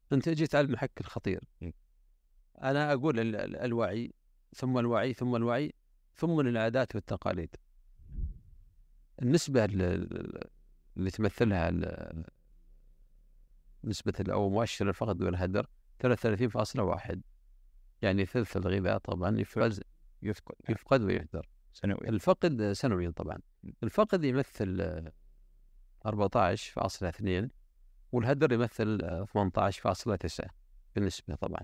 أنت جيت على المحك الخطير. أنا أقول الوعي ثم الوعي ثم الوعي ثم العادات والتقاليد. النسبة اللي تمثلها نسبة أو مؤشر الفقد والهدر 33.1، يعني ثلث الغذاء طبعا يفقد ويهدر سنويا. الفقد سنويا طبعا. الفقد يمثل 14.2 والهدر يمثل 18.9 بالنسبة طبعا.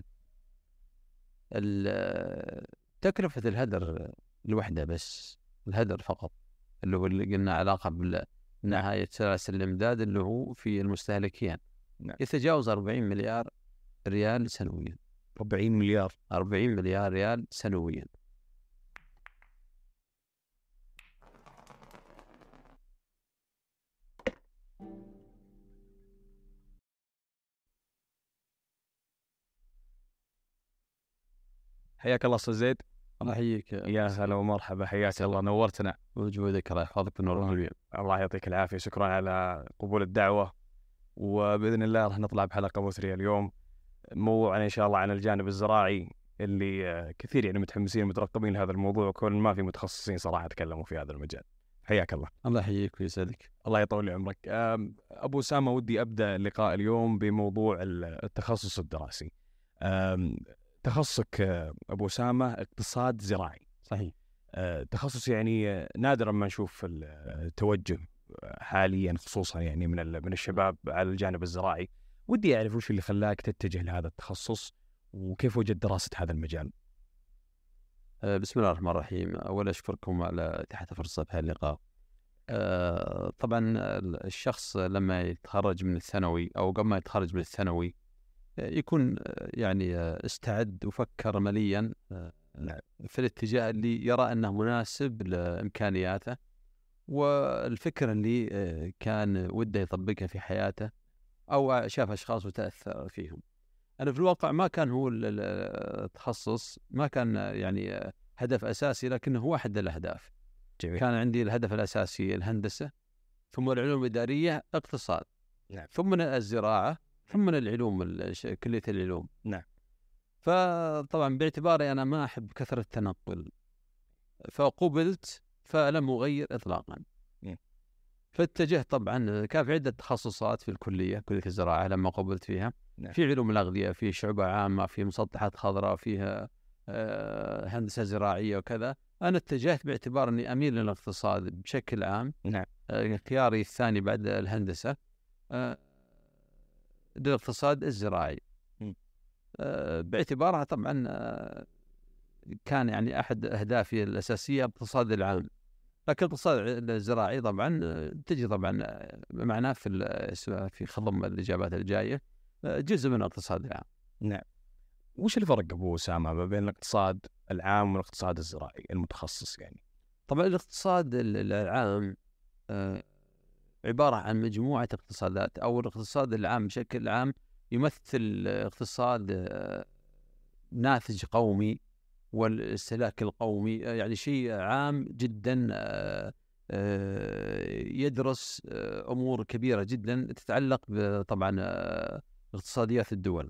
تكلفة الهدر الوحدة بس، الهدر فقط اللي هو اللي قلنا علاقة بنهاية سلاسل الإمداد اللي هو في المستهلكين، يتجاوز 40 مليار ريال سنويا. 40 مليار 40 مليار ريال سنويا. حياك الله أستاذ زيد. الله يحييك يا هلا ومرحبا، حياك الله، نورتنا. وجودك الله يحفظك ونور الجميع. الله يعطيك العافية، شكرا على قبول الدعوة. وبإذن الله راح نطلع بحلقة مثرية اليوم، موضوعنا إن شاء الله عن الجانب الزراعي اللي كثير يعني متحمسين مترقبين لهذا الموضوع، وكون ما في متخصصين صراحة تكلموا في هذا المجال. حياك الله. الله يحييك ويسعدك. الله يطول عمرك. أبو أسامة، ودي أبدأ اللقاء اليوم بموضوع التخصص الدراسي. تخصصك أبو أسامة اقتصاد زراعي. صحيح. تخصص يعني نادرا ما نشوف التوجه حاليا، خصوصا يعني من الشباب على الجانب الزراعي. ودي أعرف وش اللي خلاك تتجه لهذا التخصص، وكيف وجدت دراسة هذا المجال؟ بسم الله الرحمن الرحيم. أولا أشكركم على إتاحة فرصة في هذا اللقاء. طبعا الشخص لما يتخرج من الثانوي أو قبل ما يتخرج من الثانوي يكون يعني استعد وفكر مليا في الاتجاه اللي يرى أنه مناسب لإمكانياته والفكرة اللي كان وده يطبقها في حياته أو شاف أشخاص وتأثر فيهم. أنا في الواقع ما كان هو التخصص، ما كان يعني هدف أساسي، لكنه هو أحد الأهداف. جميل. كان عندي الهدف الأساسي الهندسة، ثم العلوم الإدارية، اقتصاد، نعم. ثم الزراعة، ثم العلوم كلية العلوم. نعم. فطبعا باعتباري أنا ما أحب كثرة التنقل فقبلت، فلم أغير إطلاقا. فاتجهت، طبعا كان في عدة تخصصات في الكلية، كلية الزراعة لما قبلت فيها. نعم. في علوم الأغذية، في شعبة عامة، في مسطحات خضراء، فيها هندسة زراعية وكذا. أنا اتجهت باعتبار أني أميل للاقتصاد بشكل عام. نعم. خياري الثاني بعد الهندسة للاقتصاد الزراعي، باعتبارها طبعا كان يعني أحد أهدافي الأساسية الاقتصاد العام، لكن الاقتصاد الزراعي طبعا تجي طبعا معناه في خضم الإجابات الجاية جزء من الاقتصاد العام. نعم. وش الفرق أبو أسامة ما بين الاقتصاد العام والاقتصاد الزراعي المتخصص يعني؟ طبعا الاقتصاد العام عبارة عن مجموعة اقتصادات، أو الاقتصاد العام بشكل عام يمثل اقتصاد ناتج قومي والاستهلاك القومي، يعني شيء عام جدا يدرس أمور كبيرة جدا تتعلق طبعا اقتصاديات الدول.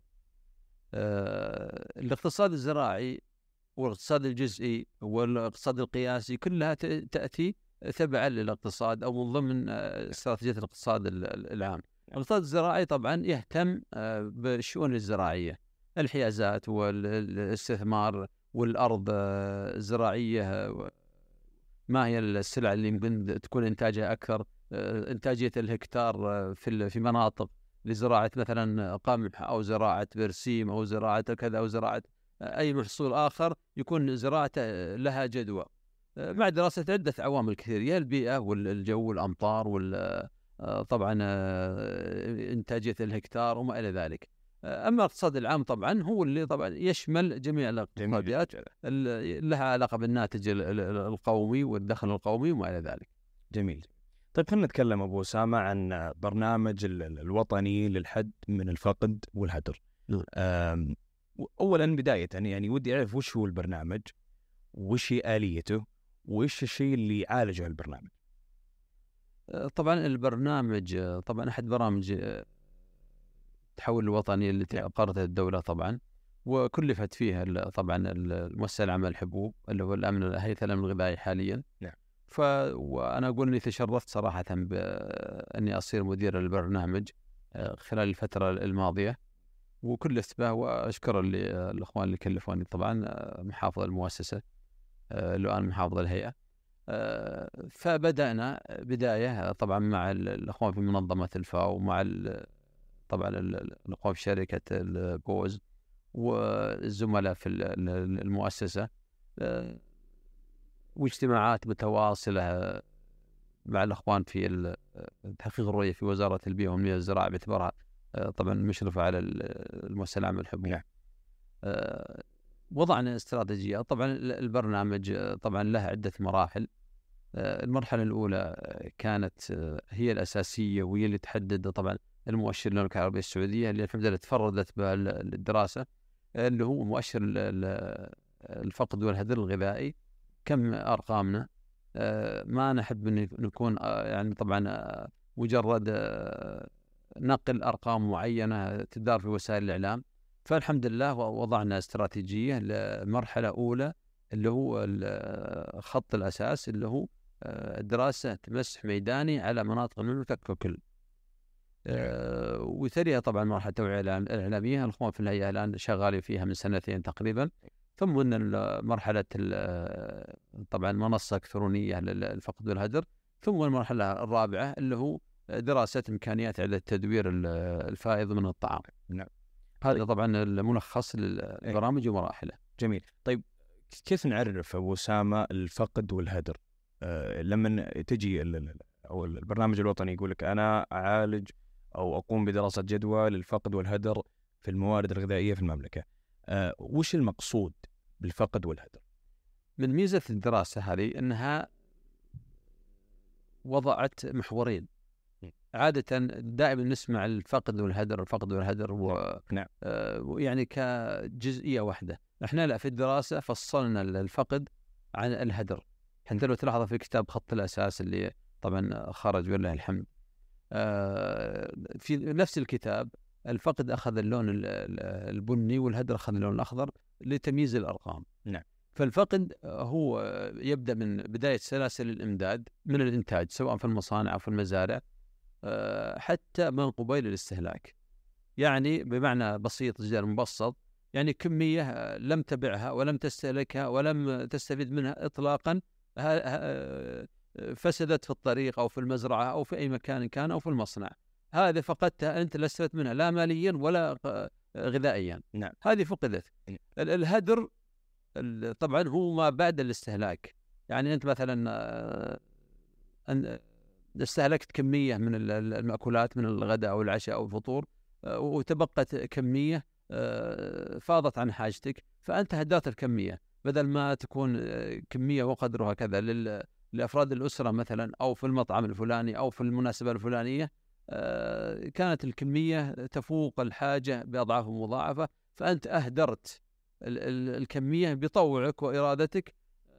الاقتصاد الزراعي والاقتصاد الجزئي والاقتصاد القياسي كلها تأتي تبعا للاقتصاد أو من ضمن استراتيجية الاقتصاد العام. الاقتصاد الزراعي طبعا يهتم بالشؤون الزراعية، الحيازات والاستثمار والأرض الزراعية، ما هي السلع اللي يمكن تكون إنتاجها أكثر، إنتاجية الهكتار في مناطق لزراعة مثلا قمح أو زراعة برسيم أو زراعة كذا أو زراعة أي محصول آخر يكون زراعته لها جدوى، مع دراسة عدة عوامل كثيرة، البيئة والجو والأمطار طبعا إنتاجية الهكتار وما إلى ذلك. أما الاقتصاد العام طبعا هو اللي طبعا يشمل جميع الاقتصاديات لها علاقة بالناتج القومي والدخل القومي وما إلى ذلك. جميل. طيب خلينا نتكلم أبو أسامة عن برنامج الوطني للحد من الفقد والهدر. أولا بداية يعني ودي أعرف وش هو البرنامج، وش هي آليته، وش الشيء اللي يعالجه البرنامج؟ طبعا البرنامج طبعا أحد برامج التحول الوطني التي أقرتها الدولة طبعا، وكلفت فيها طبعا المؤسسة العامة للحبوب اللي هو هيئة الأمن الغذائي حاليا. وأنا أقول إني تشرفت صراحة بأني أصير مدير البرنامج خلال الفترة الماضية، وكلفت به، وأشكر الأخوان اللي كلفوني طبعا، محافظ المؤسسة الآن محافظ الهيئة. فبدأنا بداية طبعا مع الأخوان في منظمة الفاو، ومع طبعا الأخوان في شركة البوز والزملاء في المؤسسة، واجتماعات متواصلة مع الأخوان في تحقيق الرؤية في وزارة البيئة والمياه والزراعة، باعتبارها طبعا مشرفة على المؤسسة العامة للحبوب. وضعنا استراتيجية. طبعا البرنامج طبعا له عدة مراحل. المرحلة الأولى كانت هي الأساسية، وهي اللي تحدد طبعا المؤشر المملكة العربية السعودية اللي الحمد لله تفردت بالدراسة، اللي هو مؤشر الفقد والهدر الغذائي. كم أرقامنا؟ ما نحب نكون يعني طبعا مجرد نقل أرقام معينة تدار في وسائل الإعلام. فالحمد لله وضعنا استراتيجية لمرحلة أولى اللي هو خط الأساس، اللي هو دراسة مسح ميداني على مناطق المملكة ككل. وتليها طبعا مرحلة التوعية الإعلامية. الأخوان في الهيئة الآن شغالين فيها من سنتين تقريبا. ثم مرحلة طبعا منصة إلكترونية للفقد والهدر. ثم المرحلة الرابعة اللي هو دراسة إمكانيات إعادة تدوير الفائض من الطعام. نعم. هذا طبعا الملخص للبرامج ومراحله. جميل. طيب كيف نعرف أبو أسامة الفقد والهدر؟ لما تجي أو البرنامج الوطني يقول لك أنا أعالج أو أقوم بدراسة جدوى للفقد والهدر في الموارد الغذائية في المملكة، وش المقصود بالفقد والهدر؟ من ميزة الدراسة هذه أنها وضعت محورين. عادة دائما نسمع الفقد والهدر نعم. يعني كجزئية واحدة. احنا لا، في الدراسة فصلنا الفقد عن الهدر. حتى لو تلاحظ في كتاب خط الأساس اللي طبعا خرج ولله الحمد، في نفس الكتاب الفقد أخذ اللون البني والهدر أخذ اللون الأخضر لتمييز الأرقام. نعم. فالفقد هو يبدأ من بداية سلاسل الإمداد من الإنتاج سواء في المصانع أو في المزارع حتى من قبيل الاستهلاك. يعني بمعنى بسيط جدا مبسط، يعني كمية لم تبعها ولم تستهلكها ولم تستفيد منها إطلاقا، فسدت في الطريق أو في المزرعة أو في أي مكان كان أو في المصنع، هذه فقدتها أنت، لا استفدت منها لا ماليا ولا غذائيا. نعم. هذه فقدت. الهدر طبعا هو ما بعد الاستهلاك. يعني أنت مثلا استهلكت كمية من المأكولات من الغداء أو العشاء أو الفطور، وتبقت كمية فاضت عن حاجتك، فأنت هدرت الكمية. بدل ما تكون كمية وقدرها كذا لأفراد الأسرة مثلا أو في المطعم الفلاني أو في المناسبة الفلانية، كانت الكمية تفوق الحاجة بأضعاف مضاعفة، فأنت أهدرت الكمية بطوعك وإرادتك.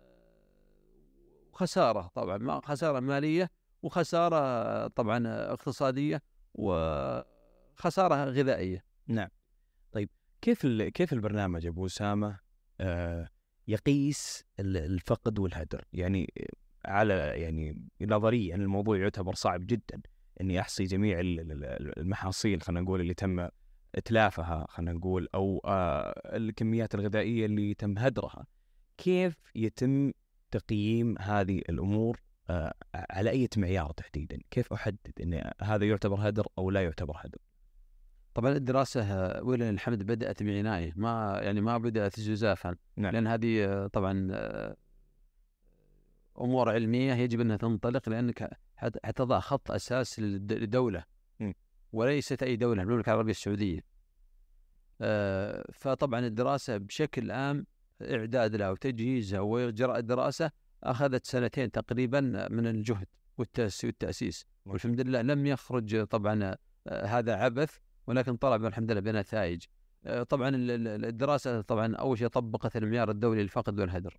خسارة طبعا، خسارة مالية وخسارة طبعا اقتصادية وخسارة غذائية. نعم. طيب كيف البرنامج أبو أسامة يقيس الفقد والهدر؟ يعني يعني نظريا الموضوع يعتبر صعب جدا اني احصي جميع المحاصيل خلينا نقول اللي تم اتلافها خلينا نقول، او الكميات الغذائيه اللي تم هدرها. كيف يتم تقييم هذه الامور؟ على اي معيار تحديدا؟ كيف احدد ان هذا يعتبر هدر او لا يعتبر هدر؟ طبعا الدراسة ولله الحمد بدأت بعناية، ما بدأت جزافا. نعم. لأن هذه طبعا أمور علمية يجب أنها تنطلق، لأنك حتضع خط أساس لدولة وليست أي دولة، المملكة العربية السعودية. فطبعا الدراسة بشكل عام إعداد لها وتجهيزها وإجراء الدراسة أخذت 2 سنين تقريبا من الجهد والتأسيس، والحمد لله لم يخرج طبعا هذا عبث، ولكن طلع الحمد لله بنتائج. طبعا الدراسة طبعا أول شيء طبقت المعيار الدولي للفقد والهدر،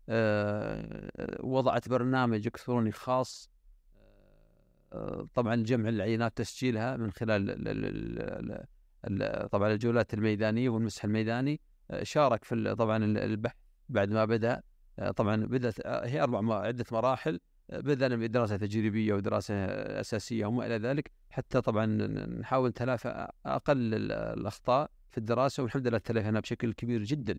وضعت برنامج إلكتروني خاص طبعا جمع العينات تسجيلها من خلال طبعا الجولات الميدانية والمسح الميداني. شارك في طبعا البحث بعد ما بدأ. طبعا بدأت هي عدة مراحل. بدأنا بدراسة تجريبية ودراسة أساسية وما إلى ذلك، حتى طبعا نحاول تلافى أقل الأخطاء في الدراسة، والحمد لله تلافينا بشكل كبير جدا.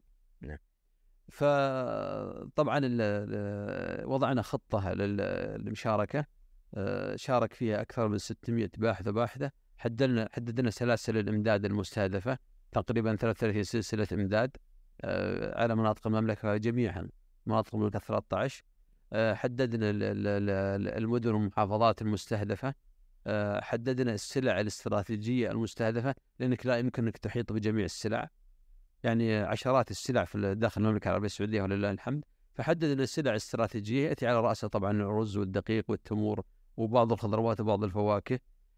فطبعا وضعنا خطة للمشاركة، شارك فيها أكثر من 600 باحث وباحثة. حددنا سلاسل الإمداد المستهدفة، تقريبا 33 سلسلة إمداد على مناطق المملكة جميعا، مناطق المملكة 13. حددنا المدن والمحافظات المستهدفة، حددنا السلع الاستراتيجية المستهدفة، لأنك لا يمكنك تحيط بجميع السلع، يعني عشرات السلع في داخل المملكة العربية السعودية ولله الحمد. فحددنا السلع الاستراتيجية يأتي على رأسها طبعا الرز والدقيق والتمور وبعض الخضروات وبعض الفواكه.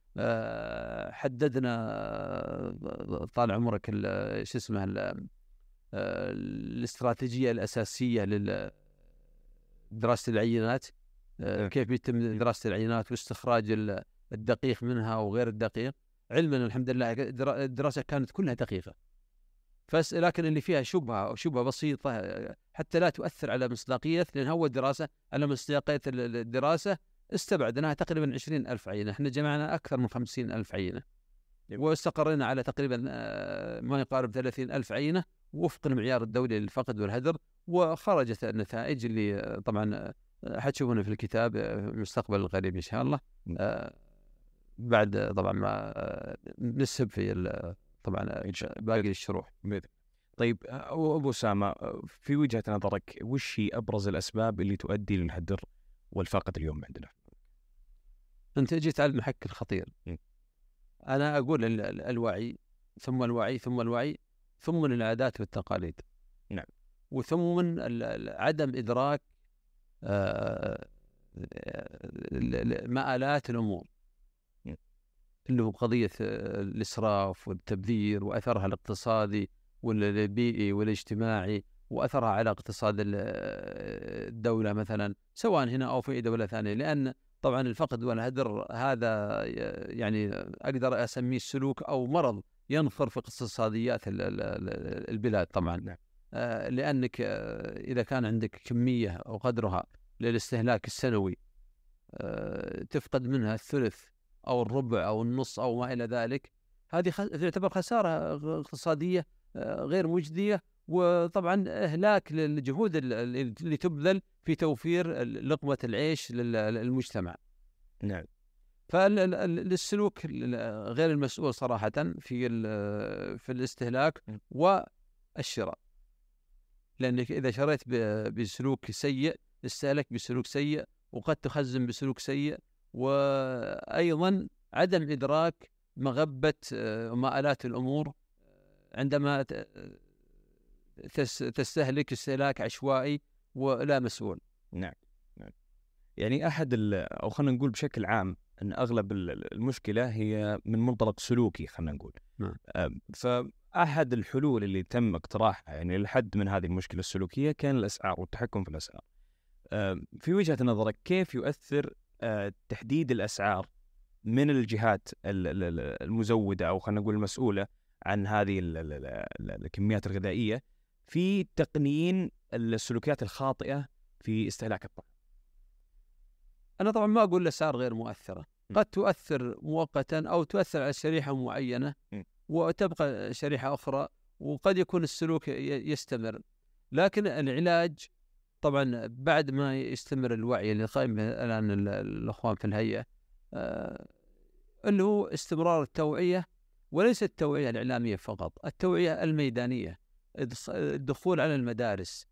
حددنا طال عمرك شو اسمه الاستراتيجية الأساسية لدراسة العينات، كيف يتم دراسة العينات واستخراج الدقيق منها وغير الدقيق. علما الحمد لله الدراسة كانت كلها دقيقة، لكن اللي فيها شبهة بسيطة حتى لا تؤثر على مصداقية، لأن هو الدراسة على مصداقية الدراسة استبعدناها تقريبا 20,000 عينة. احنا جمعنا أكثر من 50,000 عينة، واستقرينا على تقريبا ما يقارب 30,000 عينة وفق المعيار الدولي للفقد والهدر. وخرجت النتائج اللي طبعا حتشوفونها في الكتاب المستقبل القريب إن شاء الله، بعد طبعا ما نسب في طبعا باقي الشروح. طيب أبو أسامة، في وجهة نظرك وش هي أبرز الأسباب اللي تؤدي للهدر والفقد اليوم عندنا؟ أنت جيت على المحك الخطير. أنا أقول الوعي ثم الوعي ثم الوعي ثم من العادات والتقاليد. نعم. وثم من عدم إدراك مآلات الأمور، اللي هو قضية الإسراف والتبذير وأثرها الاقتصادي والبيئي والاجتماعي، وأثرها على اقتصاد الدولة مثلا، سواء هنا أو في أي دولة ثانية. لأن طبعا الفقد والهدر هذا يعني أقدر أسميه سلوك أو مرض ينخر في اقتصاديات البلاد طبعا. لأنك إذا كان عندك كمية أو قدرها للاستهلاك السنوي تفقد منها الثلث أو الربع أو النص أو ما إلى ذلك، هذه تعتبر خسارة اقتصادية غير مجدية، وطبعا إهلاك للجهود اللي تبذل في توفير لقمة العيش للمجتمع. نعم. فالسلوك غير المسؤول صراحة في الاستهلاك والشراء، لأنك إذا شريت بسلوك سيء استهلك بسلوك سيء، وقد تخزن بسلوك سيء. وأيضا عدم إدراك مغبة مآلات الأمور عندما تستهلك استهلاك عشوائي ولا مسؤول. نعم. يعني أو خلينا نقول بشكل عام أن أغلب المشكلة هي من منطلق سلوكي، خلينا نقول. فأحد الحلول اللي تم اقتراحها يعني للحد من هذه المشكلة السلوكية كان الأسعار والتحكم في الأسعار. في وجهة نظرك كيف يؤثر تحديد الأسعار من الجهات المزودة أو خلينا نقول المسؤولة عن هذه الكميات الغذائية في تقنين السلوكيات الخاطئة في استهلاك الطعام؟ أنا طبعا ما أقول الأسعار غير مؤثرة، قد تؤثر مؤقتا أو تؤثر على شريحة معينة وتبقى شريحة أخرى، وقد يكون السلوك يستمر. لكن العلاج طبعا بعد ما يستمر الوعي اللي قائم الآن الأخوان في الهيئة، اللي هو استمرار التوعية، وليس التوعية الإعلامية فقط، التوعية الميدانية، الدخول على المدارس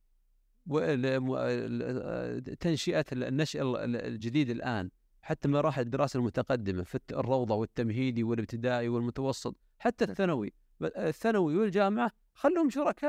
وتنشئة النشء الجديد الآن، حتى مراحل الدراسة المتقدمة في الروضة والتمهيدي والابتدائي والمتوسط، حتى الثانوي والجامعة، خلهم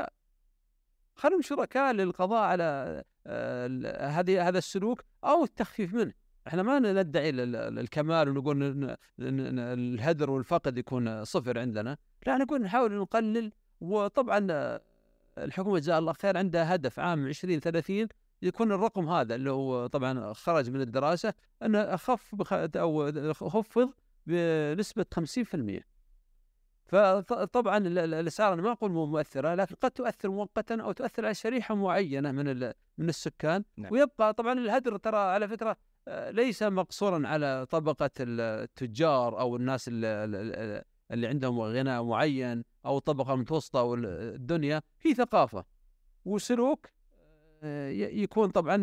شركاء للقضاء على هذا السلوك أو التخفيف منه. احنا ما ندعي الكمال ونقول الهدر والفقد يكون صفر عندنا، لا، نقول نحاول نقلل. وطبعا الحكومة جزاها الله خير عندها هدف عام 2030 يكون الرقم هذا اللي هو طبعا خرج من الدراسة، أنه خفض بنسبة 50%. فطبعا الأسعار أنا ما أقول مو مؤثرة، لكن قد تؤثر مؤقتا أو تؤثر على شريحة معينة من السكان. ويبقى طبعا الهدر ترى على فكرة ليس مقصورا على طبقة التجار أو الناس اللي عندهم غنى معين أو الطبقة المتوسطة أو الدنيا. في ثقافة وسلوك يكون طبعا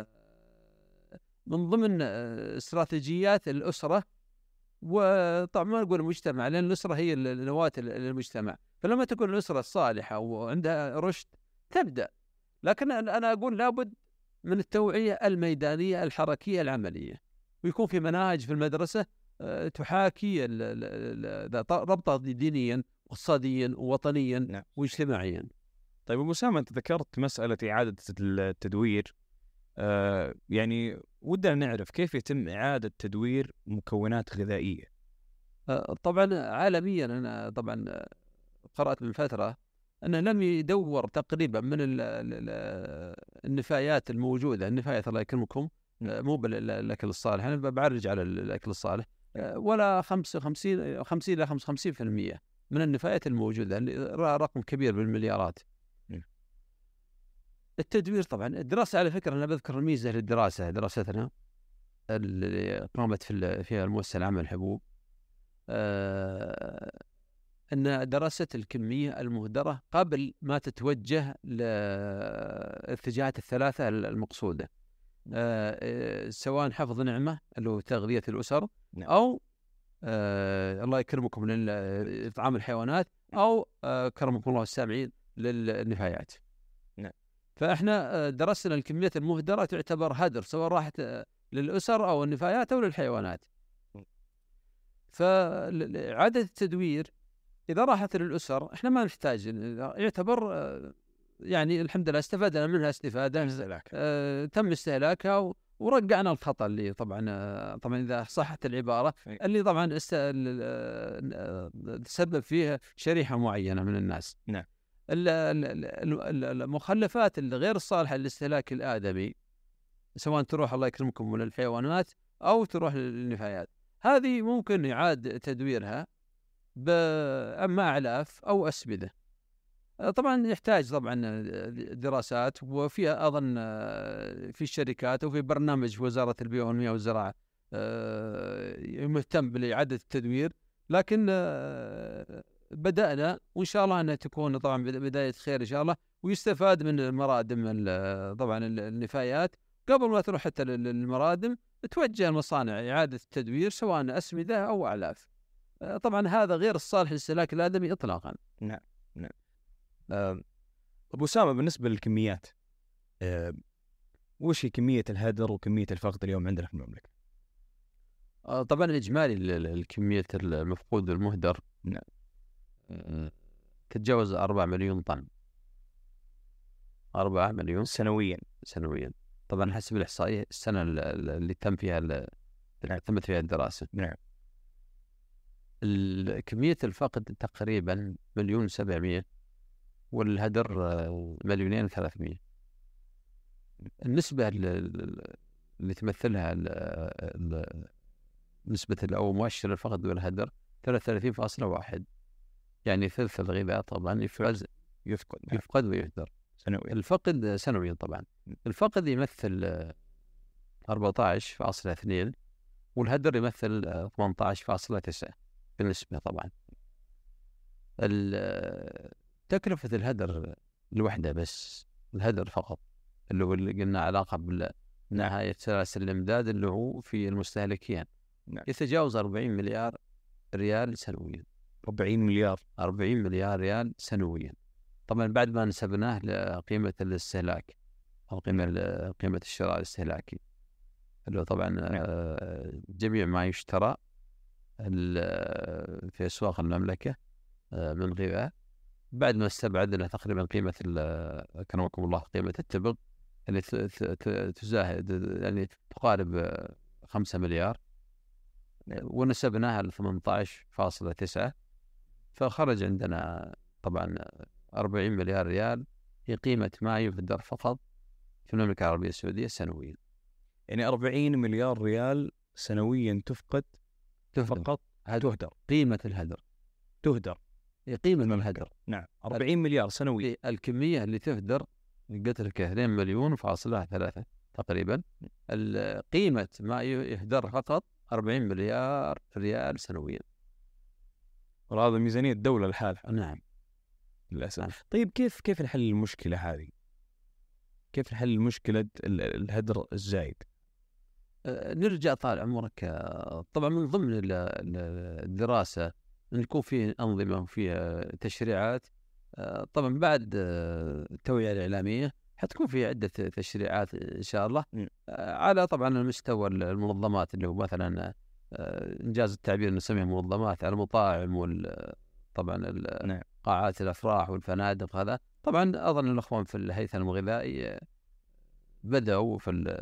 من ضمن استراتيجيات الأسرة، وطبعا ما نقول المجتمع لأن الأسرة هي النواة المجتمع. فلما تكون الأسرة الصالحة وعندها رشد تبدأ. لكن أنا أقول لابد من التوعية الميدانية الحركية العملية، ويكون في مناهج في المدرسة تحاكي ربطة دينيا واقتصاديا ووطنيا واجتماعيا. طيب أبو أسامة، أنت ذكرت مسألة إعادة التدوير. يعني ودنا نعرف كيف يتم إعادة تدوير مكونات غذائية. طبعا عالميا أنا طبعا قرأت من فترة أنه لم يدور تقريبا من النفايات الموجودة، النفايات الله يكرمكم مو بالأكل الصالح، أنا بعرج على الأكل الصالح، ولا 50 إلى 55% من النفايات الموجودة، رقم كبير بالمليارات. التدوير طبعا الدراسة على فكرة أنا بذكر الميزة للدراسة، دراستنا اللي قامت فيها المؤسسة العامة للحبوب، أن درست الكمية المهدرة قبل ما تتوجه للاتجاهات الثلاثة المقصودة، سواء حفظ نعمة اللي هو تغذية الأسر، أو الله يكرمكم لإطعام الحيوانات، أو كرمكم الله السامعين للنفايات. فإحنا درسنا الكميات المهدرة تعتبر هدر، سواء راحت للأسر أو النفايات أو للحيوانات. فإعادة التدوير إذا راحت للأسر إحنا ما نحتاج، يعتبر يعني الحمد لله استفادنا منها استفادة تم استهلاكها ورجعنا الخطأ اللي طبعا إذا صحت العبارة اللي طبعا تسبب فيها شريحة معينة من الناس. نعم. المخلفات الغير الصالحة للاستهلاك الآدمي، سواء تروح الله يكرمكم من الحيوانات أو تروح للنفايات، هذه ممكن يعاد تدويرها بأما أعلاف أو أسمدة. طبعا يحتاج طبعا دراسات، وفيها أظن في الشركات وفي برنامج في وزارة البيئة والمياه والزراعة مهتم بإعادة التدوير، لكن بدأنا وإن شاء الله أنها تكون طبعا بداية خير إن شاء الله، ويستفاد من المرادم طبعا النفايات قبل ما تروح حتى للمرادم، توجه المصانع إعادة التدوير سواء أسمدة أو أعلاف. طبعا هذا غير الصالح للاستهلاك الآدمي إطلاقا. نعم. أبو أسامة، بالنسبة للكميات، وش هي كمية الهدر وكمية الفقد اليوم عندنا في المملكة؟ طبعا الإجمالي الكمية المفقود والمهدر تتجاوز 4 مليون طن. 4 مليون سنويا. طبعا حسب الإحصائية السنة اللي تمت فيها الدراسة. نعم. كمية الفقد تقريبا 1,700,000 والهدر 2,300,000. النسبة اللي تمثلها نسبة أو مؤشر الفقد والهدر 33.1، يعني ثلث الغذاء طبعا يفقد ويهدر سنويا. الفقد سنويا طبعا. الفقد يمثل 14.2 والهدر يمثل 18.9 بالنسبة. طبعا تكلفة الهدر الوحدة بس، الهدر فقط اللي هو اللي قلنا علاقة بنهاية سلاسل الإمداد اللي هو في المستهلكين، يتجاوز 40 مليار ريال سنويا. 40 مليار ريال سنويا. طبعا بعد ما نسبناه لقيمة الاستهلاك أو قيمة الشراء الاستهلاكي، اللي هو طبعا جميع ما يشترى في أسواق المملكة من غذاء، بعد ما استبعدنا تقريبا قيمة أكرمكم الله قيمة التبغ اللي تزاهد يعني تقارب 5 مليار، ونسبناها ل 18.9، فخرج عندنا طبعا 40 مليار ريال هي قيمة ما يهدر فقط في المملكة العربية السعودية سنويا. يعني 40 مليار ريال سنويا تفقد فقط، تهدر. قيمة الهدر تهدر قيمة الهدر. نعم 40 مليار سنويا. الكمية اللي تهدر قلت لك 2,3 مليون تقريبا. قيمة ما يهدر فقط 40 مليار ريال سنويا، وهذا ميزانية الدولة لحالها. نعم للأسف. نعم. طيب كيف نحل المشكلة هذه؟ كيف نحل مشكلة الهدر الزايد؟ نرجع طال عمرك، طبعا من ضمن الدراسة أن يكون فيه أنظمة وفيها تشريعات. طبعا بعد التوعية الإعلامية حتكون في عدة تشريعات إن شاء الله على طبعا المستوى المنظمات، اللي هو مثلا إنجاز التعبير نسميها منظمات، على المطاعم طبعا نعم. قاعات الأفراح والفنادق. هذا طبعا أظن الأخوان في الهيثم الغذائي بدأوا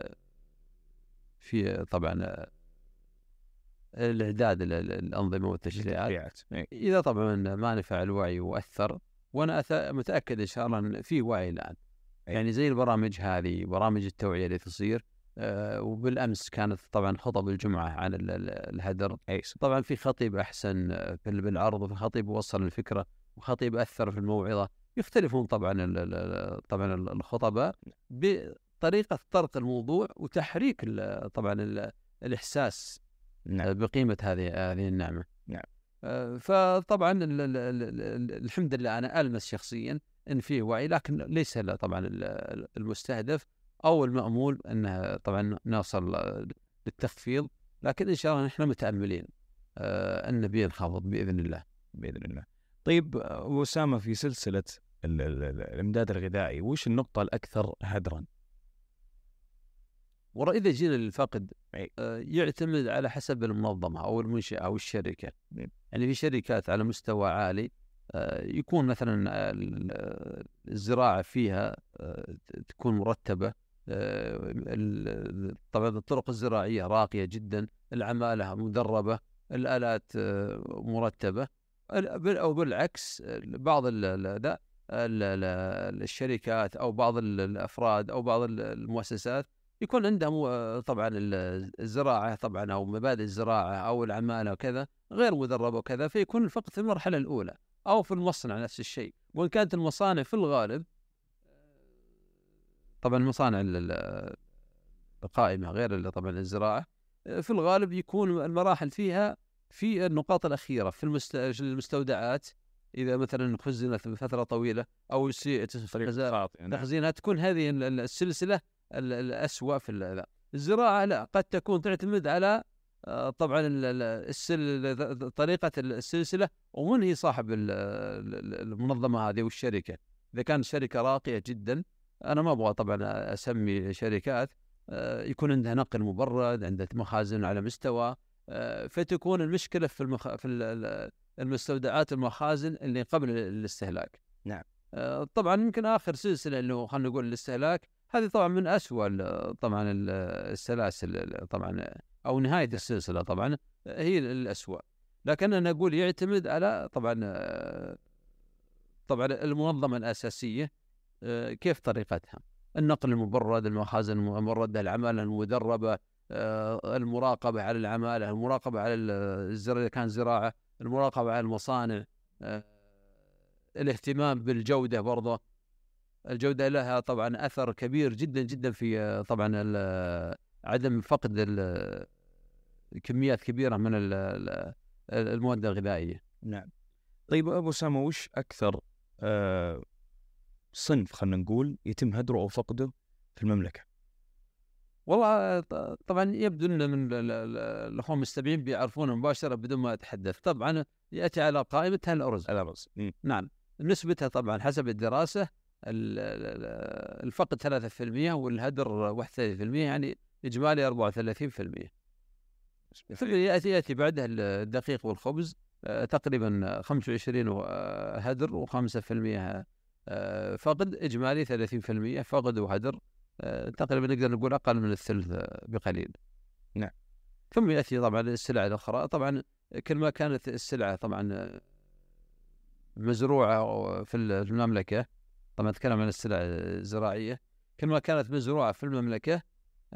في طبعا الإعداد الأنظمة والتشريعات. إذا طبعا ما نفع الوعي وأثر، وأنا متأكد إن شاء الله أن في وعي الآن. يعني زي البرامج هذه، برامج التوعية اللي تصير. وبالأمس كانت طبعا خطب الجمعة عن الهدر. طبعا في خطيب أحسن بالعرض، وفي خطيب وصل الفكرة، وخطيب أثر في الموعظة. يختلفون طبعا الخطباء بطريقة طرق الموضوع وتحريك طبعا الإحساس بقيمة هذه النعمة. نعم. فطبعا الحمد لله أنا ألمس شخصيا إن فيه وعي، لكن ليس طبعا المستهدف أو المأمول أنه طبعا نوصل للتخفيض، لكن إن شاء الله نحن متأملين أن بينخفض بإذن الله. بإذن الله. طيب وسامة، في سلسلة الإمداد الغذائي وش النقطة الأكثر هدرا؟ إذا جينا للفقد يعتمد على حسب المنظمة أو المنشأة أو الشركة. يعني في شركات على مستوى عالي يكون مثلا الزراعة فيها تكون مرتبة، طبعا الطرق الزراعية راقية جدا، العمالة مدربة، الآلات مرتبة. أو بالعكس بعض الشركات أو بعض الأفراد أو بعض المؤسسات يكون عندهم طبعا الزراعة طبعا أو مبادئ الزراعة أو العمالة وكذا غير مدربة وكذا، فيكون الفقد في المرحلة الأولى. أو في المصنع نفس الشيء. وإن كانت المصانع في الغالب طبعا المصانع القائمة غير طبعا الزراعة، في الغالب يكون المراحل فيها في النقاط الأخيرة في المستودعات. إذا مثلا خزنت بفترة طويلة أو تخزينها، تكون هذه السلسلة الأسوأ في الزراعة. لا، قد تكون تعتمد على طبعا طريقة السلسلة، ومن هي صاحب المنظمة هذه والشركة. إذا كانت شركة راقية جدا، أنا ما أبغى طبعا أسمي شركات، يكون عندها نقل مبرد، عندها مخازن على مستوى، فتكون المشكلة في المستودعات المخازن اللي قبل الاستهلاك. نعم. طبعا يمكن آخر سلسلة اللي خلينا نقول الاستهلاك، هذه طبعا من أسوأ طبعا السلاسل طبعا، أو نهاية السلسلة طبعا هي الأسوأ. لكن أنا أقول يعتمد على طبعا المنظمة الأساسية كيف طريقتها، النقل المبرد، المخازن المبردة، العمالة المدربة، المراقبة على العمالة، المراقبة على الزراعة إذا كان زراعة، المراقبة على المصانع، الاهتمام بالجودة. برضه الجودة لها طبعا أثر كبير جدا جدا في طبعا عدم فقد كميات كبيرة من المواد الغذائية. نعم. طيب أبو سامة، وش أكثر صنف خلنا نقول يتم هدره أو فقده في المملكة؟ والله طبعا يبدو أن من الأخوان المستمعين بيعرفون مباشرة بدون ما أتحدث. طبعا يأتي على قائمتها الأرز. نعم. نسبتها طبعا حسب الدراسة الفقد 3% والهدر 31%، يعني إجمالي 34%. يأتي بعدها الدقيق والخبز تقريبا 25 هدر و5% فقد، إجمالي 30% فقد وهدر، تقريبا نقدر نقول أقل من الثلث بقليل. نعم. ثم يأتي طبعا السلع الأخرى. طبعا كل ما كانت السلعة طبعا مزروعة في المملكة، طبعا أتكلم عن السلع الزراعية، كل ما كانت مزروعة في المملكة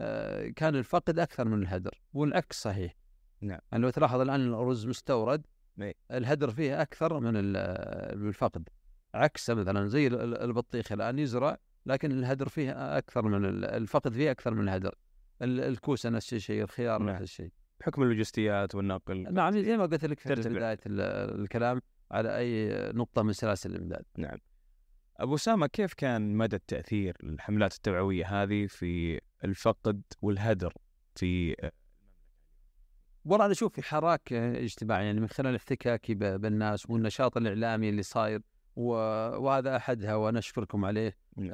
كان الفقد أكثر من الهدر، والعكس صحيح. نعم. يعني لو تلاحظ الآن الأرز مستورد، الهدر فيه أكثر من الفقد، عكس مثلا زي البطيخ الآن يزرع لكن الهدر فيه أكثر من الفقد فيه أكثر من الهدر. الكوسة نفس الشيء، الخيار نفس الشيء، بحكم اللوجستيات والنقل. نعم زي ما قلت لك في بداية الكلام على أي نقطة من سلاسل الإمداد. نعم. أبو أسامة، كيف كان مدى التأثير الحملات التوعوية هذه في الفقد والهدر في والله أنا أشوف في حراك اجتماعي يعني من خلال احتكاكي بالناس والنشاط الإعلامي اللي صاير، وهذا أحدها ونشكركم عليه.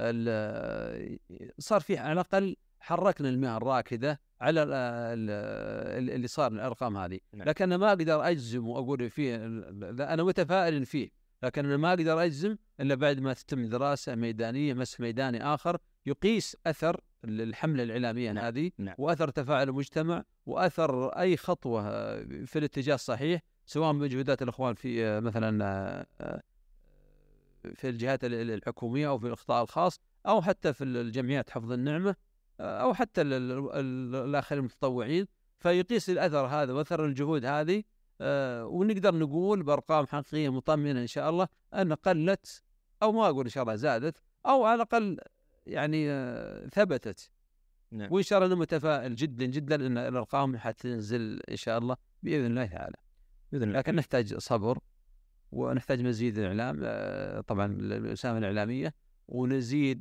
صار فيه على الأقل حركنا المياه الراكدة على اللي صار من الأرقام هذه. لكن أنا ما أقدر أجزم وأقول فيه، أنا متفائل فيه، لكن أنا ما أقدر أجزم إلا بعد ما تتم دراسة ميدانية، مسح ميداني آخر يقيس أثر الحملة الإعلامية هذه، وأثر تفاعل المجتمع، وأثر أي خطوة في الاتجاه الصحيح، سواء بمجهودات الأخوان في مثلا في الجهات الحكومية أو في القطاع الخاص أو حتى في الجمعيات حفظ النعمة أو حتى الآخرين المتطوعين، فيقيس الأثر هذا وأثر الجهود هذه، ونقدر نقول بأرقام حقيقية مطمئنة إن شاء الله أن قلت، أو ما أقول إن شاء الله زادت، أو على الأقل يعني ثبتت. وإن شاء الله أنا متفائل جدا جدا أن الأرقام حتنزل إن شاء الله بإذن الله تعالى. لكن نحتاج صبر ونحتاج مزيد إعلام، طبعا الأسامة الإعلامية، ونزيد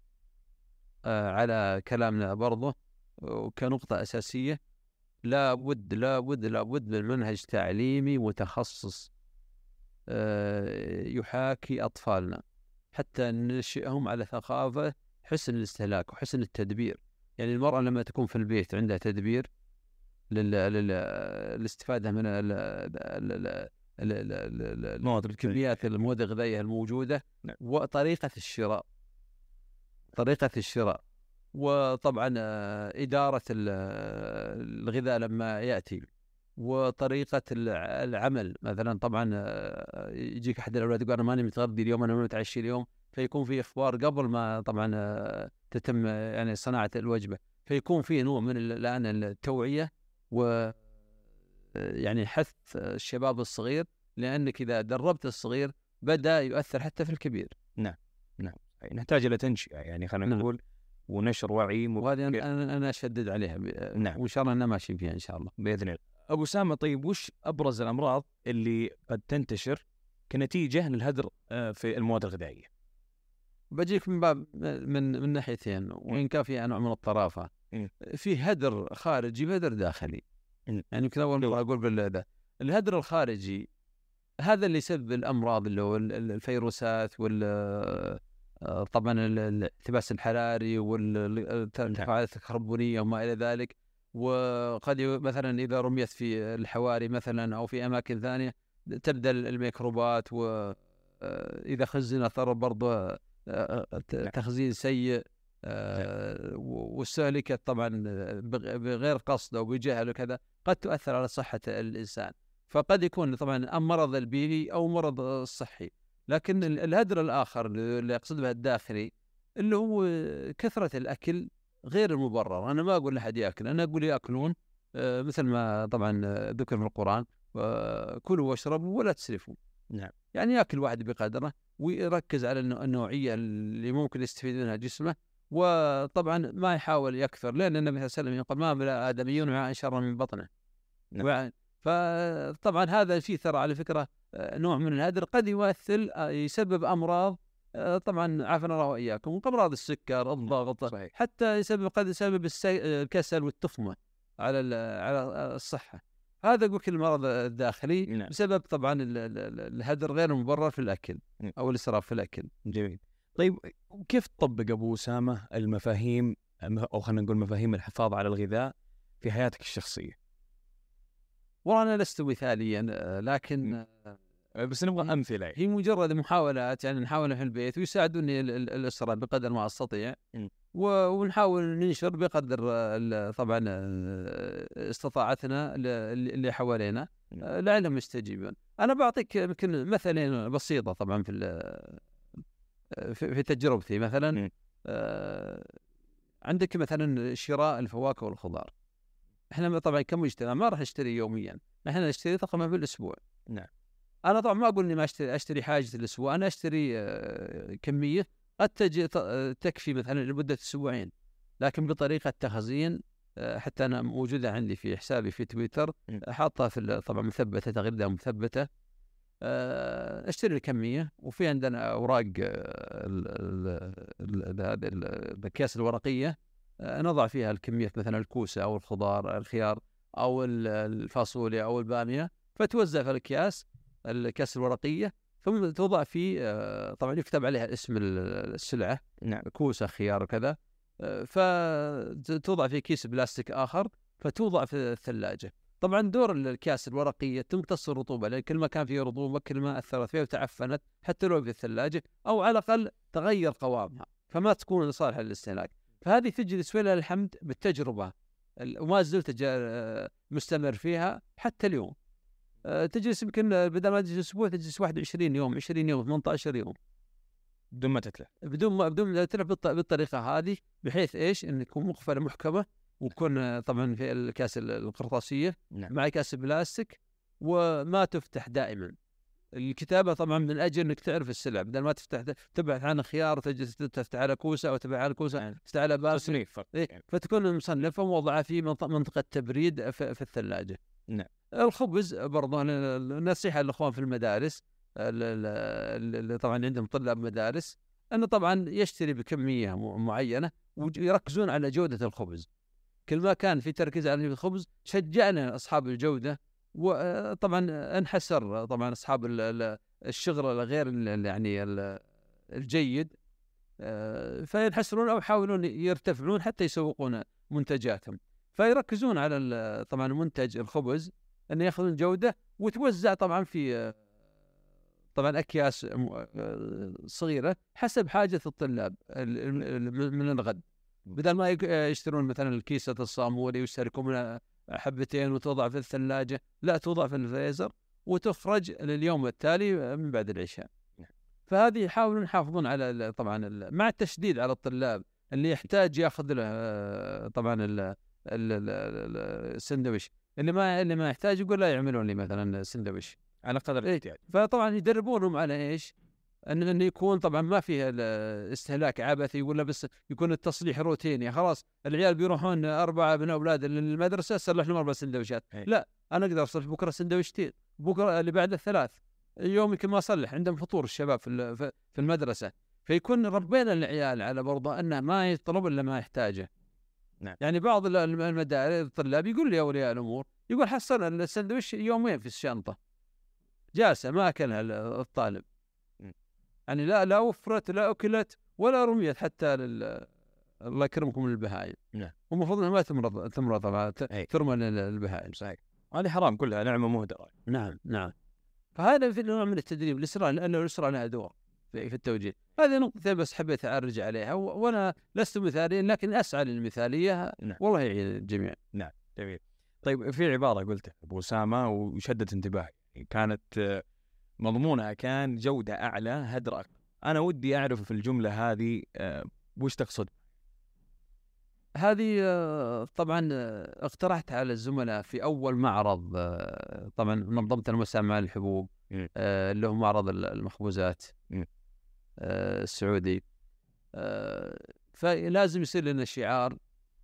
على كلامنا برضه كنقطة أساسية، لا بد من منهج تعليمي متخصص يحاكي أطفالنا حتى ننشئهم على ثقافة حسن الاستهلاك وحسن التدبير. يعني المرأة لما تكون في البيت عندها تدبير للاستفادة من الكميات المواد الغذائية الموجودة، وطريقة الشراء، وطبعا إدارة الغذاء لما يأتي، وطريقة العمل. مثلا طبعا يجيك أحد الأولاد يقول أنا ماني متغذي اليوم، أنا متعشي اليوم، فيكون في إخبار قبل ما طبعا تتم يعني صناعة الوجبة، فيكون فيه نوع من الآن التوعية يعني حث الشباب الصغير، لأنك إذا دربت الصغير بدأ يؤثر حتى في الكبير. نعم نحتاج إلى تنشئة، يعني خلينا نقول ونشر وعي، وهذه أنا أشدد عليها. وإن شاء الله أنا ماشي فيها إن شاء الله بإذن الله. أبو أسامة، طيب وش أبرز الأمراض اللي قد تنتشر كنتيجة للهدر في المواد الغذائية؟ بجيك من باب من ناحيتين، وإن كان في نوع من الطرافة. في هدر خارجي وهدر داخلي. يعني يمكن أول مرة أقول بالهذا الهدر الخارجي هذا اللي يسبب الأمراض، اللي هو الفيروسات طبعا الاحتباس الحراري والتفاعلات الكربونية وما إلى ذلك. وقد مثلا إذا رميت في الحواري مثلا أو في أماكن ثانية تبدأ الميكروبات، وإذا خزن أثر برضه تخزين سيء، واستهلكت طبعا بغير قصد أو بجهل وكذا، قد تؤثر على صحة الإنسان. فقد يكون طبعا مرض البيئي أو مرض الصحي. لكن الهدر الآخر اللي أقصد به الداخلي، اللي هو كثرة الأكل غير المبرر. أنا ما أقول لحد يأكل، أنا أقول يأكلون مثل ما طبعا ذكر في القرآن، كلوا واشربوا ولا تسرفوا. يعني يأكل واحد بقدره، ويركز على النوعية اللي ممكن يستفيد منها جسمه، وطبعا ما يحاول يكثر، لأن النبي صلى الله عليه وسلم يقول ما ملأ آدمي وعاء شر من بطنه. فطبعا هذا فيه ترى على فكرة نوع من الهدر قد يسبب أمراض، طبعا عافنا الله وإياكم، أمراض السكر، الضغط، صحيح. حتى قد يسبب الكسل والتخمة على الصحة. هذا يقول المرض الداخلي بسبب طبعا الهدر غير المبرر في الأكل أو الإسراف في الأكل. جميل. طيب كيف تطبق أبو أسامة المفاهيم، أو خلينا نقول مفاهيم الحفاظ على الغذاء في حياتك الشخصية؟ والله أنا لست مثاليا، لكن بس نبغى أمثلة. هي مجرد محاولات، يعني نحاول في البيت ويساعدوني الأسرة بقدر ما أستطيع، ونحاول ننشر بقدر طبعا استطاعتنا اللي حوالينا لعلهم يستجيبون. أنا بعطيك يمكن مثلين بسيطة طبعا في تجربتي. مثلا عندك مثلا شراء الفواكه والخضار. احنا طبعا كمجتمع ما راح نشتري يوميا، نحن نشتري تقريبا بالاسبوع. نعم. انا طبعا ما اقول اني ما اشتري حاجه الاسبوع، انا اشتري كميه قد تكفي مثلا لمده اسبوعين، لكن بطريقه تخزين. حتى انا موجوده عندي في حسابي في تويتر، حاطها في طبعا مثبته، تغريده مثبته. اشتري الكميه، وفي عندنا اوراق هذه الاكياس الورقيه، نضع فيها الكميه، مثلا الكوسه او الخضار الخيار او الفاصوليا او الباميه، فتوزع في الكاس الورقيه، ثم توضع في طبعا يكتب عليها اسم السلعه، نعم. كوسه خيار وكذا، فتوضع في كيس بلاستيك اخر، فتوضع في الثلاجه. طبعا دور الكاس الورقيه تمتص الرطوبه، لان كل ما كان فيه رطوبه كل ما اثرت فيها وتعفنت، حتى لو في الثلاجه، او على الاقل تغير قوامها، فما تكون صالحه للاستهلاك. فهذه تجلس ولله الحمد بالتجربه، وما زلت مستمر فيها حتى اليوم. تجلس يمكن بدل ما تجلس اسبوع تجلس 21 يوم، 20 يوم، 18 يوم بدون ما تتلف، بدون ما تتلف بالطريقه هذه، بحيث ايش؟ ان تكون مقفله محكمه، وتكون طبعا في الكاس القرطاسيه، نعم. مع كاس بلاستيك، وما تفتح دائما. الكتابه طبعا من اجل انك تعرف السلع، بدل ما تبحث عن خيار تجلس تفتح على كوسه، او تبحث على كوسه تفتح على تصنيف يعني. فتكون مصنفه وموضعه في منطقه تبريد في الثلاجه. نعم. الخبز برضه نصيحه للاخوان في المدارس، اللي طبعا عندهم طلاب مدارس، انه طبعا يشتري بكميه معينه، ويركزون على جوده الخبز. كل ما كان في تركيز على الخبز شجعنا اصحاب الجوده، وطبعا انحسر طبعا اصحاب الشغل الغير يعني الجيد، فينحسرون او يحاولون يرتفعون حتى يسوقون منتجاتهم. فيركزون على طبعا منتج الخبز، أن يأخذون جودة، وتوزع طبعا في طبعا أكياس صغيرة حسب حاجة الطلاب من الغد، بدل ما يشترون مثلا الكيسة الصامولي ويشتركون من حبتين وتوضع في الثلاجة، لا، توضع في الفريزر وتخرج لليوم التالي من بعد العشاء. فهذه يحاولون يحافظون على طبعا مع التشديد على الطلاب اللي يحتاج ياخذ له طبعا السندويش، اللي ما يحتاج يقول لا يعملون لي مثلا سندويش على قدر الاحتياج. فطبعا يدربونهم على ايش؟ انه يكون طبعا ما فيه استهلاك عبثي، ولا بس يكون التصليح روتيني. خلاص العيال بيروحون 4 من اولاد للمدرسه، صلح لهم 4 سندويشات، لا، انا اقدر اصلح بكره سندويشتين، بكره اللي بعده 3، اليوم يمكن ما اصلح، عندهم فطور الشباب في المدرسه. فيكون ربينا العيال على برضه انه ما يطلب الا ما يحتاجه. نعم. يعني بعض المدارس الطلاب يقول لي اولياء الامور، يقول حصل السندويش يومين في الشنطه جالسه ما اكلها الطالب، يعني لا وفرت لا اكلت ولا رميت حتى الله يكرمكم للبهائم. نعم. ومفروض انها ما تمرض طبعا، ترمى للبهائم. صحيح، هذه حرام، كلها نعمه مهدره. نعم. فهذا في نوع من التدريب الاسره، لانه الاسره لها دور في التوجيه. هذه نقطة بس حبيت أعرج عليها، وأنا لست مثاليا لكن أسعى للمثالية. نعم. والله يعين الجميع. نعم، جميل. طيب، في عبارة قلتها أبو أسامة وشدت انتباهي، كانت مضمونها كان جودة أعلى هدر أقل. أنا ودي أعرف في الجملة هذه وش تقصد؟ هذه طبعا اقترحتها على الزملاء في أول معرض، طبعا نظمت المساء مع الحبوب، اللي هو معرض المخبوزات السعودي. فلازم يصير لنا شعار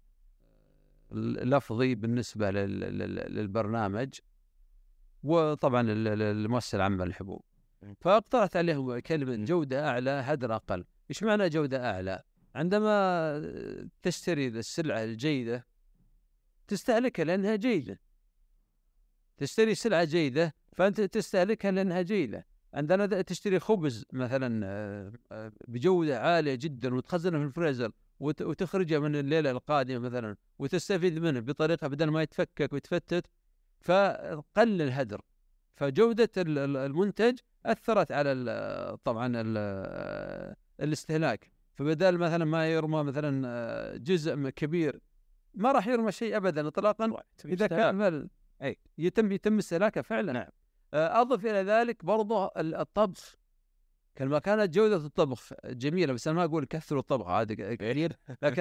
لفظي بالنسبة للبرنامج، وطبعا المؤسسة العامة للحبوب. فاقترحت عليهم كلمة جودة أعلى هدر أقل. إيش معنى جودة أعلى؟ عندما تشتري السلعة الجيدة تستهلكها لأنها جيدة، تشتري سلعة جيدة فأنت تستهلكها لأنها جيدة. عندنا تشتري خبز مثلا بجودة عالية جدا وتخزنه في الفريزر وتخرجه من الليلة القادمة مثلا وتستفيد منه بطريقة بدل ما يتفكك ويتفتت، فقل الهدر. فجودة المنتج أثرت على طبعا الاستهلاك. فبدل مثلا ما يرمى مثلا جزء كبير، ما راح يرمى شيء أبدا إطلاقا إذا كان يتم استهلاكه فعلا. نعم. أضف إلى ذلك برضو الطبخ. كلما كانت جودة الطبخ جميلة، بس أنا ما أقول كثروا الطبخ هذا كثير، لكن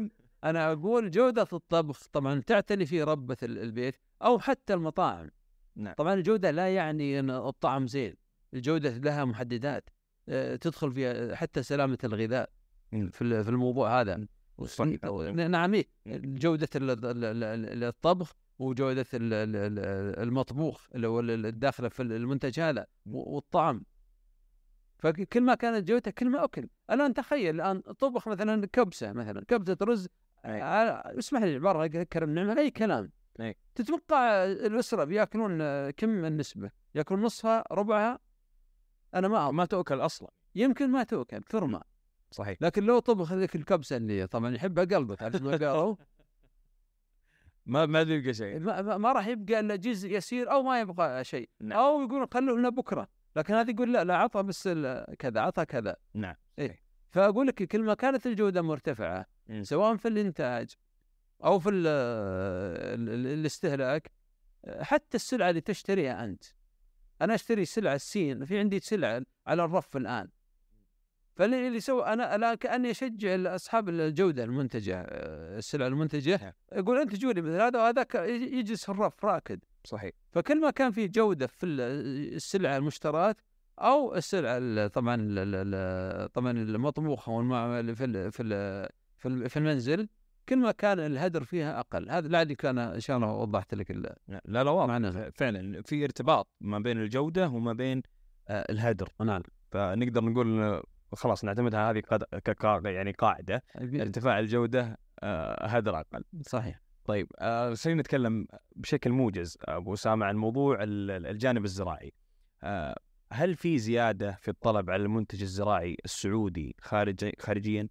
أنا أقول جودة الطبخ طبعا تعتني فيه ربة البيت أو حتى المطاعم. نعم. طبعا الجودة لا يعني أن الطعم زين، الجودة لها محددات تدخل فيها حتى سلامة الغذاء في الموضوع هذا. صحيح. نعم. جودة الطبخ وجودة المطبوخ اللي هو الداخل في المنتج هذا والطعم. فكل ما كانت جودته كل ما أكل. الآن تخيل الآن طبخ مثلا كبسة رز، اسمح لي العبارة كرم نعمة أي كلام، تتوقع الأسرة بيأكلون كم النسبة؟ يأكلون نصها ربعها؟ أنا ما تؤكل أصلا، يمكن ما تؤكل ثرما. صحيح. لكن لو طبخ ذيك الكبسة اللي طبعا يحبها قلبك عارف ما قالوا ما يبقى شيء، ما راح يبقى إلا جزء يسير أو ما يبقى شيء. أو يقولون خلوه لنا بكرة، لكن هذا يقول لا عطى بس كذا عطى كذا. نعم. إيه. فأقول لك كل ما كانت الجودة مرتفعة سواء في الإنتاج أو في الاستهلاك، حتى السلعة اللي تشتريها أنت، أنا أشتري سلعة الصين، في عندي سلعة على الرف الآن، فاللي يسوي أنا كأني أشجع أصحاب الجودة المنتجة، السلعة المنتجة، يقول أنت جولي مثل هذا وهذاك يجلس الرف راكد. صحيح. فكل ما كان في جودة في السلعة المشترات أو السلعة طبعا المطبوخة والمعمل في المنزل، كل ما كان الهدر فيها أقل. هذا لعلي كان إن شاء الله وضحت لك. لا واضح فعلا في ارتباط ما بين الجودة وما بين الهدر. نعم. فنقدر نقول خلاص نعتمدها هذه يعني قاعدة، ارتفاع الجودة هدر أقل. صحيح. طيب خلينا نتكلم بشكل موجز أبو أسامة عن موضوع الجانب الزراعي. هل في زيادة في الطلب على المنتج الزراعي السعودي خارجيا؟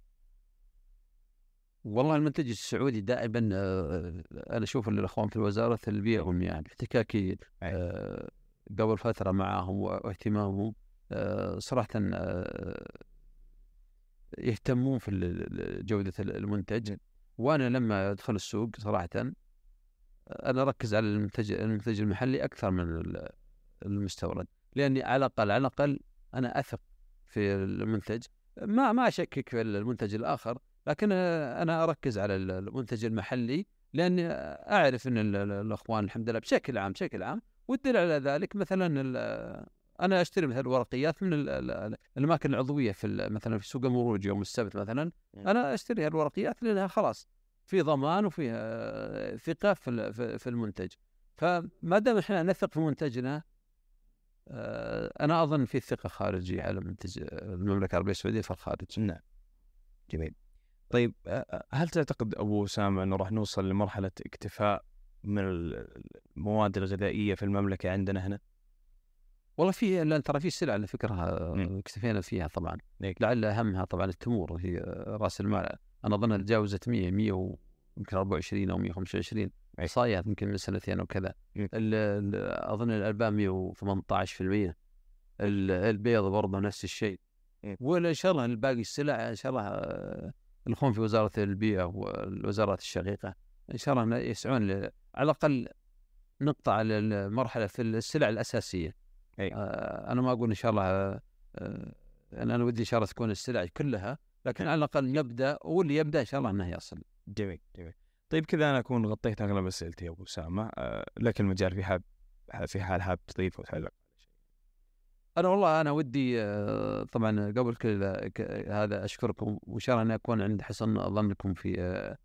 والله المنتج السعودي دائما أنا أشوف الأخوان في وزارة البيئة والمياه باحتكاكي قبل فترة معهم واهتمامهم صراحة يهتمون في جودة المنتج. وأنا لما أدخل السوق صراحة أنا أركز على المنتج المحلي أكثر من المستورد، لأني على الأقل أنا أثق في المنتج، ما أشكك في المنتج الآخر، لكن أنا أركز على المنتج المحلي، لأني أعرف أن الأخوان الحمد لله بشكل عام والدليل على ذلك مثلا أنا أشتري مثلا ورقيات من الأماكن العضوية مثلا في سوق المروج يوم السبت مثلا، أنا أشتري الورقيات لأنها خلاص في ضمان وفيها ثقة في المنتج. فما دام إحنا نثق في منتجنا، أنا أظن في ثقة خارجية على منتج المملكة العربية السعودية في الخارج. نعم. جميل. طيب هل تعتقد أبو أسامة أنه راح نوصل لمرحلة اكتفاء من المواد الغذائية في المملكة عندنا هنا؟ والله لأن ترى في سلع على فكرة اكتفينا فيها طبعا، لعل أهمها طبعا التمور، هي رأس المال. أنا أظن تجاوزت 100 يمكن 24 أو 125 صايات يمكن من سنتين أو كذا. أظن الألبان 118%، البيض برضه نفس الشيء. وإن شاء الله الباقي السلع إن شاء الله الأخوان في وزارة البيئة والوزارات الشقيقة إن شاء الله يسعون على الأقل نقطع المرحلة في السلع الأساسية. أنا ما أقول إن شاء الله أنا ودي إن شاء الله تكون السلع كلها، لكن على الأقل نبدأ، واللي يبدأ إن شاء الله أنه يصل. جميل. طيب كذا أنا أكون غطيت أغلب أسئلتي يا أبو أسامة، لكن المجال في حال حاب تضيف وتعلق. أنا والله أنا ودي طبعا قبل كل هذا أشكركم، وإن شاء الله أن أكون عند حسن ظنكم في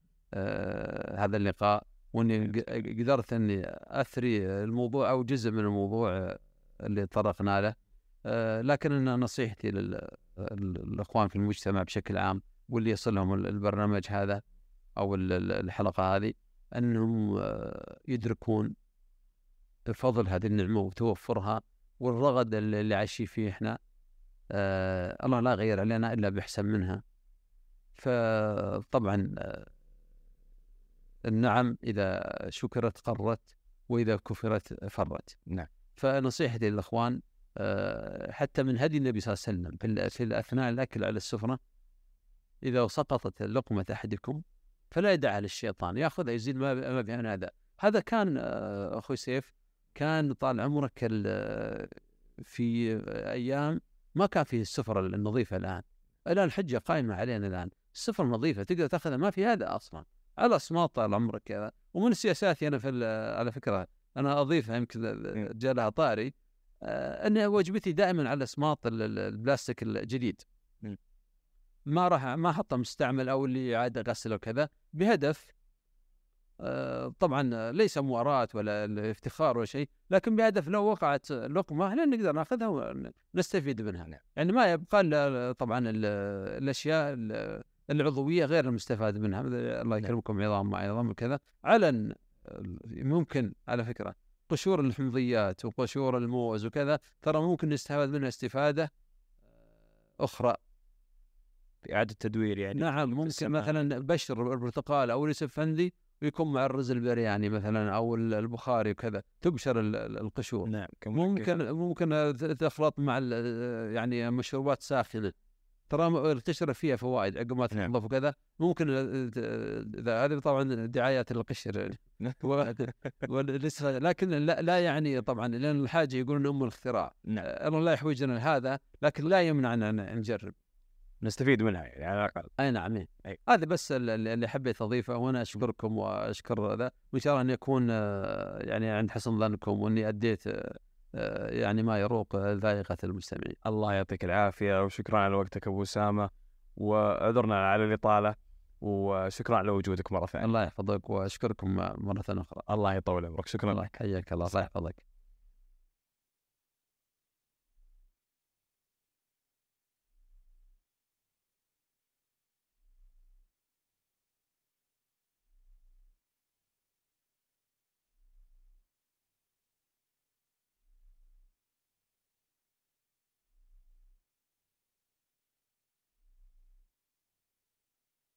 هذا اللقاء، وإني قدرت أني أثري الموضوع أو جزء من الموضوع اللي طرقنا له. لكن نصيحتي للأخوان في المجتمع بشكل عام واللي يصلهم البرنامج هذا أو الحلقة هذه، أنهم يدركون فضل هذه النعمة وتوفرها والرغد اللي عايشين فيه إحنا. الله لا غير علينا إلا بأحسن منها. فطبعا النعم إذا شكرت قرت، وإذا كفرت فرت. نعم. فنصيحتي للأخوان حتى من هدي النبي صلى الله عليه وسلم في أثناء الأكل على السفرة، إذا سقطت لقمة أحدكم فلا يدعها للشيطان يأخذها يزيد ما بها. هذا كان أخوي سيف، كان طال عمرك في أيام ما كان فيه السفرة النظيفة. الآن الحجة قائمة علينا، الآن السفرة نظيفة تقدر تأخذها، ما في هذا أصلا على أسماط طال عمرك كذا. ومن سياساتي أنا على فكرة انا اضيفها يمكن جاء لها طاري، ان وجبتي دائما على اسماط البلاستيك الجديد، ما احطه مستعمل او اللي عاد غسله وكذا، بهدف طبعا ليس مواراة ولا افتخار ولا شيء، لكن بهدف لو وقعت لقمة نقدر ناخذها ونستفيد منها. يعني ما يبقى طبعا الاشياء العضوية غير المستفاد منها، الله يكرمكم عظام مع عظام وكذا. على ممكن على فكرة قشور الحمضيات وقشور الموز وكذا ترى ممكن نستفاد منها استفادة أخرى، إعادة تدوير يعني. نعم، ممكن مثلا بشر البرتقال أو اليوسفندي ويكون مع الرز البرياني مثلا أو البخاري وكذا، تبشر القشور. نعم. ممكن تخلط مع يعني مشروبات ساخنة، ترى تشرب فيها فوائد عقب ما تنظف وكذا. ممكن هذه طبعا دعايات القشر لكن لا يعني طبعا لأن الحاجة يقولون أم الاختراع. الله لا يحوجنا لهذا، لكن لا يمنعنا أن نجرب نستفيد منها يعني على الأقل. أي نعم. هذا بس اللي حبيت أضيفه، وأنا أشكركم وأشكر ذا، وإن شاء الله أن يكون يعني عند حسن ظنكم، وأني أديت يعني ما يروق ذائقة المستمعين. الله يعطيك العافية، وشكرا على وقتك أبو أسامة، وعذرنا على الإطالة، وشكرا على وجودك مرة ثانية. الله يحفظك وأشكركم مرة أخرى. الله يطول عمرك. شكرا الله لك. حياك الله يحفظك.